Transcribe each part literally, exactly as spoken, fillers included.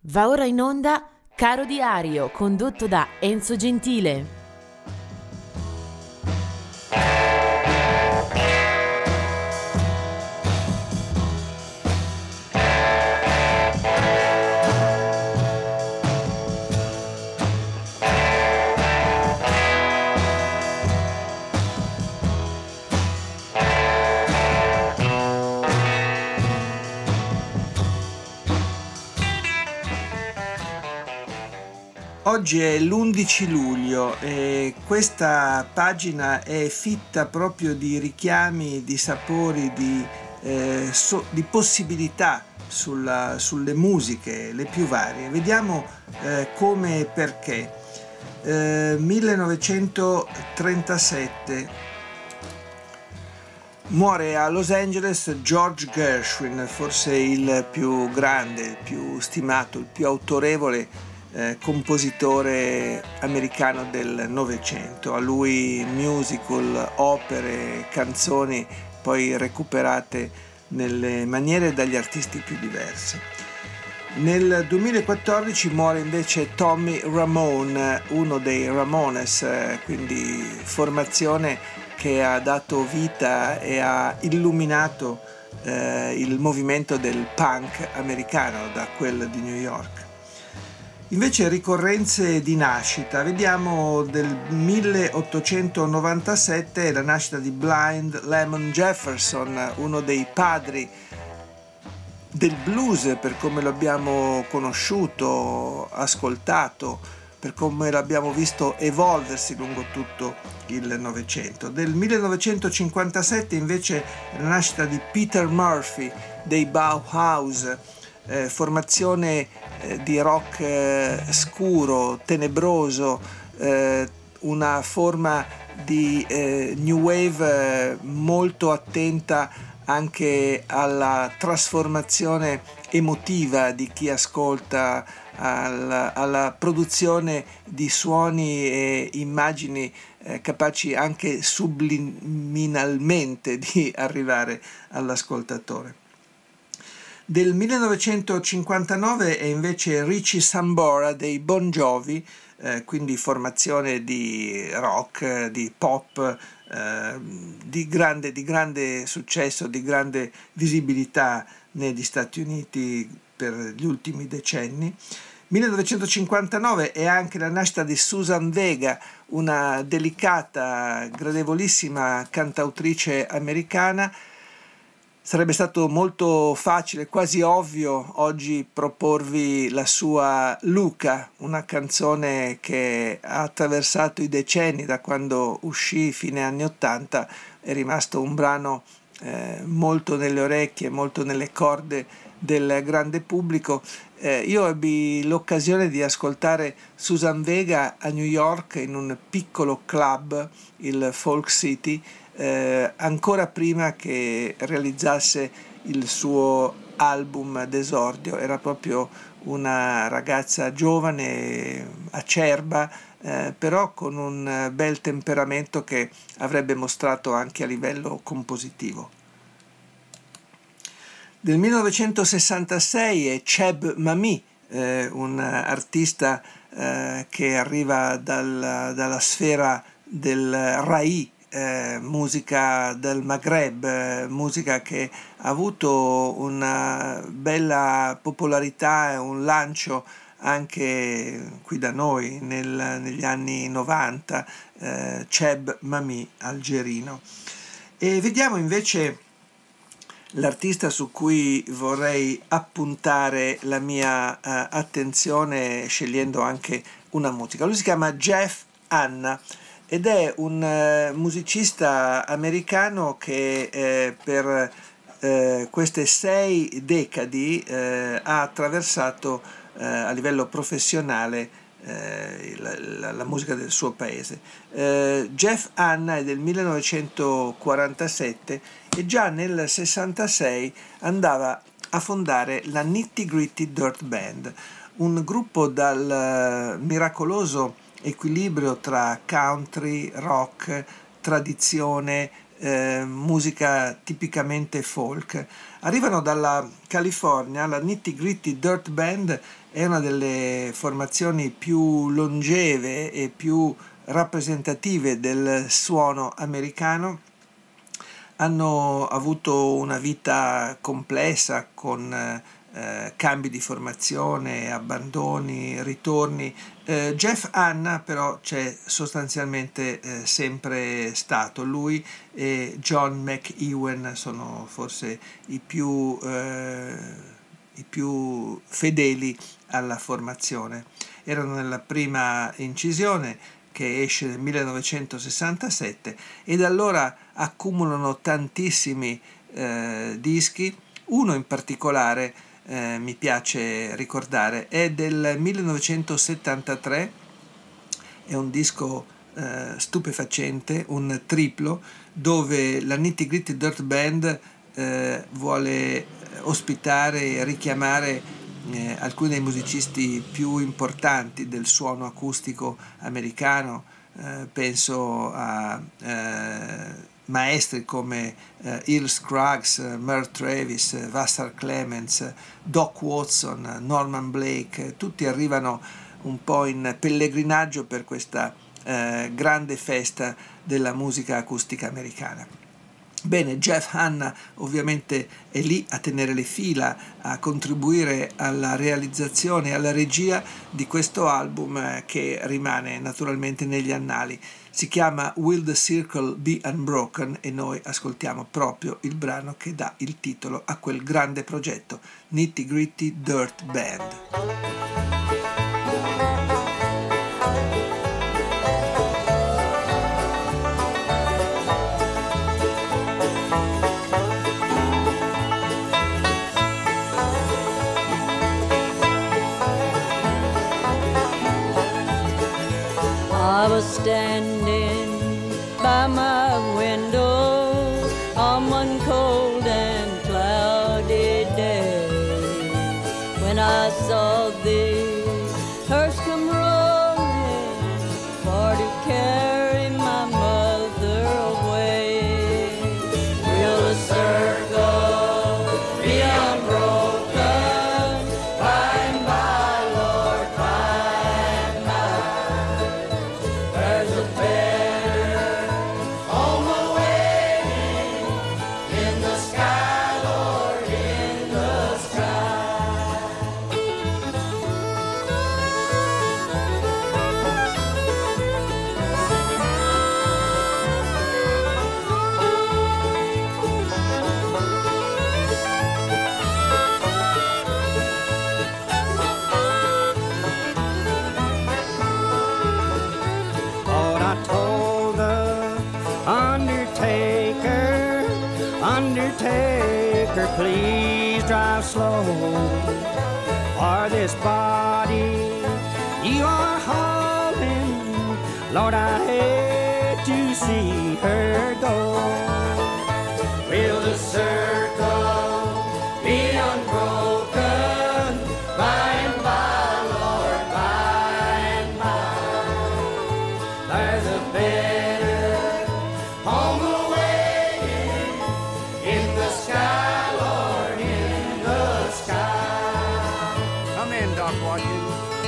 Va ora in onda Caro Diario, condotto da Enzo Gentile. Oggi è l'undici luglio e questa pagina è fitta proprio di richiami, di sapori, di, eh, so, di possibilità sulla, sulle musiche, le più varie. Vediamo eh, come e perché. Eh, millenovecentotrentasette muore a Los Angeles George Gershwin, forse il più grande, il più stimato, il più autorevole Eh, compositore americano del Novecento. A lui musical, opere, canzoni poi recuperate nelle maniere dagli artisti più diversi. Nel duemilaquattordici muore invece Tommy Ramone, uno dei Ramones, eh, quindi formazione che ha dato vita e ha illuminato eh, il movimento del punk americano da quel di New York. Invece ricorrenze di nascita, vediamo del milleottocentonovantasette la nascita di Blind Lemon Jefferson, uno dei padri del blues per come lo abbiamo conosciuto, ascoltato, per come l'abbiamo visto evolversi lungo tutto il Novecento. Del millenovecentocinquantasette invece la nascita di Peter Murphy dei Bauhaus, eh, formazione eh, di rock eh, scuro, tenebroso, eh, una forma di eh, new wave eh, molto attenta anche alla trasformazione emotiva di chi ascolta, alla, alla produzione di suoni e immagini eh, capaci anche subliminalmente di arrivare all'ascoltatore. Del millenovecentocinquantanove è invece Richie Sambora dei Bon Jovi, eh, quindi formazione di rock, di pop, eh, di, grande, di grande successo, di grande visibilità negli Stati Uniti per gli ultimi decenni. millenovecentocinquantanove è anche la nascita di Susan Vega, una delicata, gradevolissima cantautrice americana. Sarebbe stato molto facile, quasi ovvio, oggi proporvi la sua Luca, una canzone che ha attraversato i decenni, da quando uscì fine anni ottanta, è rimasto un brano eh, molto nelle orecchie, molto nelle corde del grande pubblico. Eh, io ebbi l'occasione di ascoltare Susan Vega a New York in un piccolo club, il Folk City, Eh, ancora prima che realizzasse il suo album d'esordio. Era proprio una ragazza giovane, acerba, eh, però con un bel temperamento che avrebbe mostrato anche a livello compositivo. Del millenovecentosessantasei è Cheb Mami, eh, un artista eh, che arriva dal, dalla sfera del Rai, Eh, musica del Maghreb, eh, musica che ha avuto una bella popolarità e un lancio anche qui da noi nel, negli anni novanta, eh, Cheb Mami, algerino. E vediamo invece l'artista su cui vorrei appuntare la mia eh, attenzione scegliendo anche una musica. Lui si chiama Jeff Anna ed è un uh, musicista americano che eh, per eh, queste sei decadi eh, ha attraversato eh, a livello professionale eh, la, la, la musica del suo paese. Eh, Jeff Anna è del millenovecentoquarantasette e già nel sessantasei andava a fondare la Nitty Gritty Dirt Band, un gruppo dal uh, miracoloso equilibrio tra country, rock, tradizione, eh, musica tipicamente folk. Arrivano dalla California, la Nitty Gritty Dirt Band è una delle formazioni più longeve e più rappresentative del suono americano. Hanno avuto una vita complessa con eh, cambi di formazione, abbandoni, ritorni. Eh, Jeff Hanna però c'è sostanzialmente eh, sempre stato. Lui e John McEwen sono forse i più, eh, i più fedeli alla formazione. Erano nella prima incisione, che esce nel millenovecentosessantasette, e da allora accumulano tantissimi eh, dischi. Uno in particolare eh, mi piace ricordare, è del millenovecentosettantatré, è un disco eh, stupefacente, un triplo, dove la Nitty Gritty Dirt Band eh, vuole ospitare e richiamare Eh, alcuni dei musicisti più importanti del suono acustico americano. Eh, penso a eh, maestri come eh, Earl Scruggs, Merle Travis, Vassar Clements, Doc Watson, Norman Blake. Tutti arrivano un po' in pellegrinaggio per questa eh, grande festa della musica acustica americana. Bene, Jeff Hanna ovviamente è lì a tenere le fila, a contribuire alla realizzazione e alla regia di questo album che rimane naturalmente negli annali. Si chiama Will the Circle Be Unbroken e noi ascoltiamo proprio il brano che dà il titolo a quel grande progetto, Nitty Gritty Dirt Band. I was standing by my window on one cold and cloudy day when I saw the hearse come rolling for to carry my mother away. Will the circle be unbroken by and by, Lord, by and by? There's a better home awaiting in the sky, Lord, in the sky. Lord, I told the undertaker, undertaker, please drive slow, for this body you are hauling, Lord, I hate to see her go. Will the circle be unbroken by and by, Lord, by and by? There's a better home awaiting in the sky, Lord, in the sky. Come in, Doc Watkins.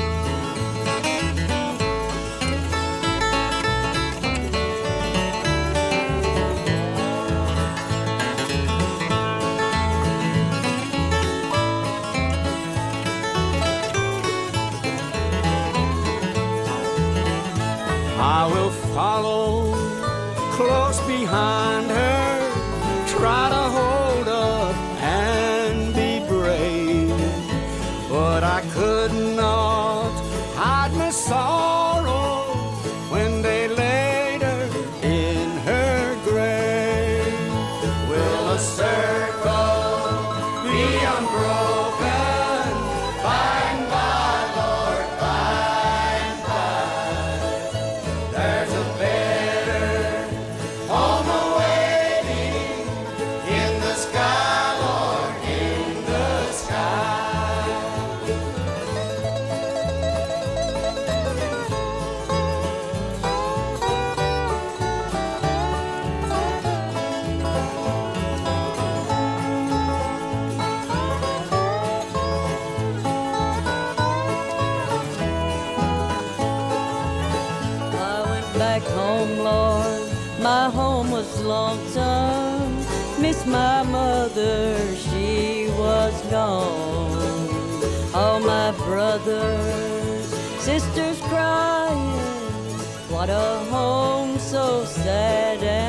I will follow close behind her, try to hold up and be brave, but I could not hide my sorrow when they laid her in her grave. Will a circle be unbroken by and by, Lord, by and by? There's a better home awaiting in the sky, Lord, in the sky. back home, Lord, my home was lonesome. Miss my mother, she was gone. All my brothers, sisters crying, what a home so sad and